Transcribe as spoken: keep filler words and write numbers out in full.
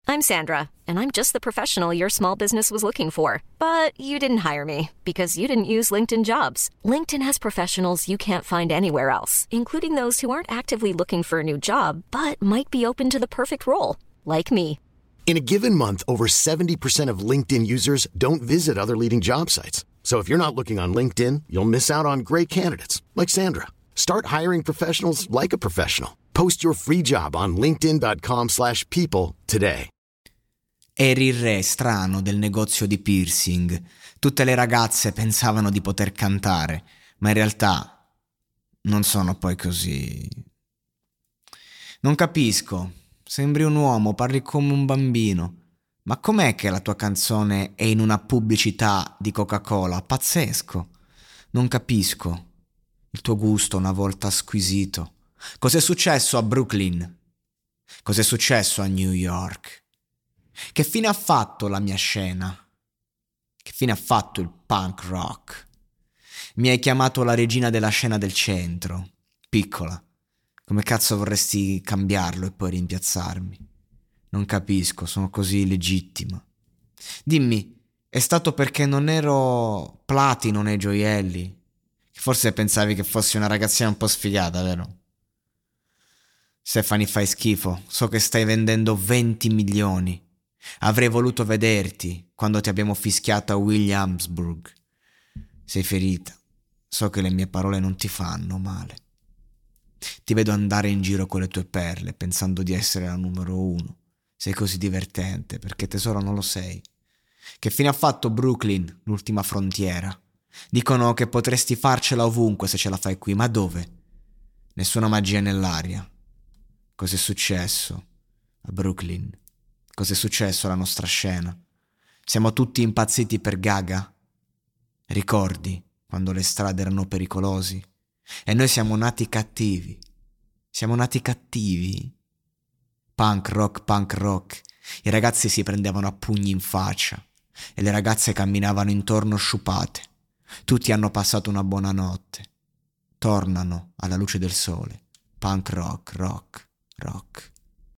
I'm Sandra, and I'm just the professional your small business was looking for. But you didn't hire me because you didn't use LinkedIn Jobs. LinkedIn has professionals you can't find anywhere else, including those who aren't actively looking for a new job, but might be open to the perfect role, like me. In a given month, over seventy percent of LinkedIn users don't visit other leading job sites. So if you're not looking on LinkedIn, you'll miss out on great candidates, like Sandra. Start hiring professionals like a professional. Post your free job on linkedin.com slash people today. Eri il re strano del negozio di piercing. Tutte le ragazze pensavano di poter cantare, ma in realtà non sono poi così. Non capisco. Sembri un uomo, parli come un bambino. Ma com'è che la tua canzone è in una pubblicità di Coca-Cola? Pazzesco. Non capisco. Il tuo gusto una volta squisito. Cos'è successo a Brooklyn? Cos'è successo a New York? Che fine ha fatto la mia scena? Che fine ha fatto il punk rock? Mi hai chiamato la regina della scena del centro. Piccola. Come cazzo vorresti cambiarlo e poi rimpiazzarmi? Non capisco, sono così legittima. Dimmi, è stato perché non ero platino nei gioielli? Forse pensavi che fossi una ragazzina un po' sfigata, vero? Stephanie, fai schifo. So che stai vendendo venti milioni. Avrei voluto vederti quando ti abbiamo fischiato a Williamsburg. Sei ferita. So che le mie parole non ti fanno male. Ti vedo andare in giro con le tue perle, pensando di essere la numero uno. Sei così divertente, perché tesoro non lo sei. Che fine ha fatto Brooklyn, l'ultima frontiera? Dicono che potresti farcela ovunque se ce la fai qui, ma dove? Nessuna magia nell'aria. Cos'è successo a Brooklyn? Cos'è successo alla nostra scena? Siamo tutti impazziti per Gaga? Ricordi quando le strade erano pericolosi? E noi siamo nati cattivi. Siamo nati cattivi. Punk rock, punk rock. I ragazzi si prendevano a pugni in faccia e le ragazze camminavano intorno sciupate. Tutti hanno passato una buona notte. Tornano alla luce del sole. Punk rock, rock, rock.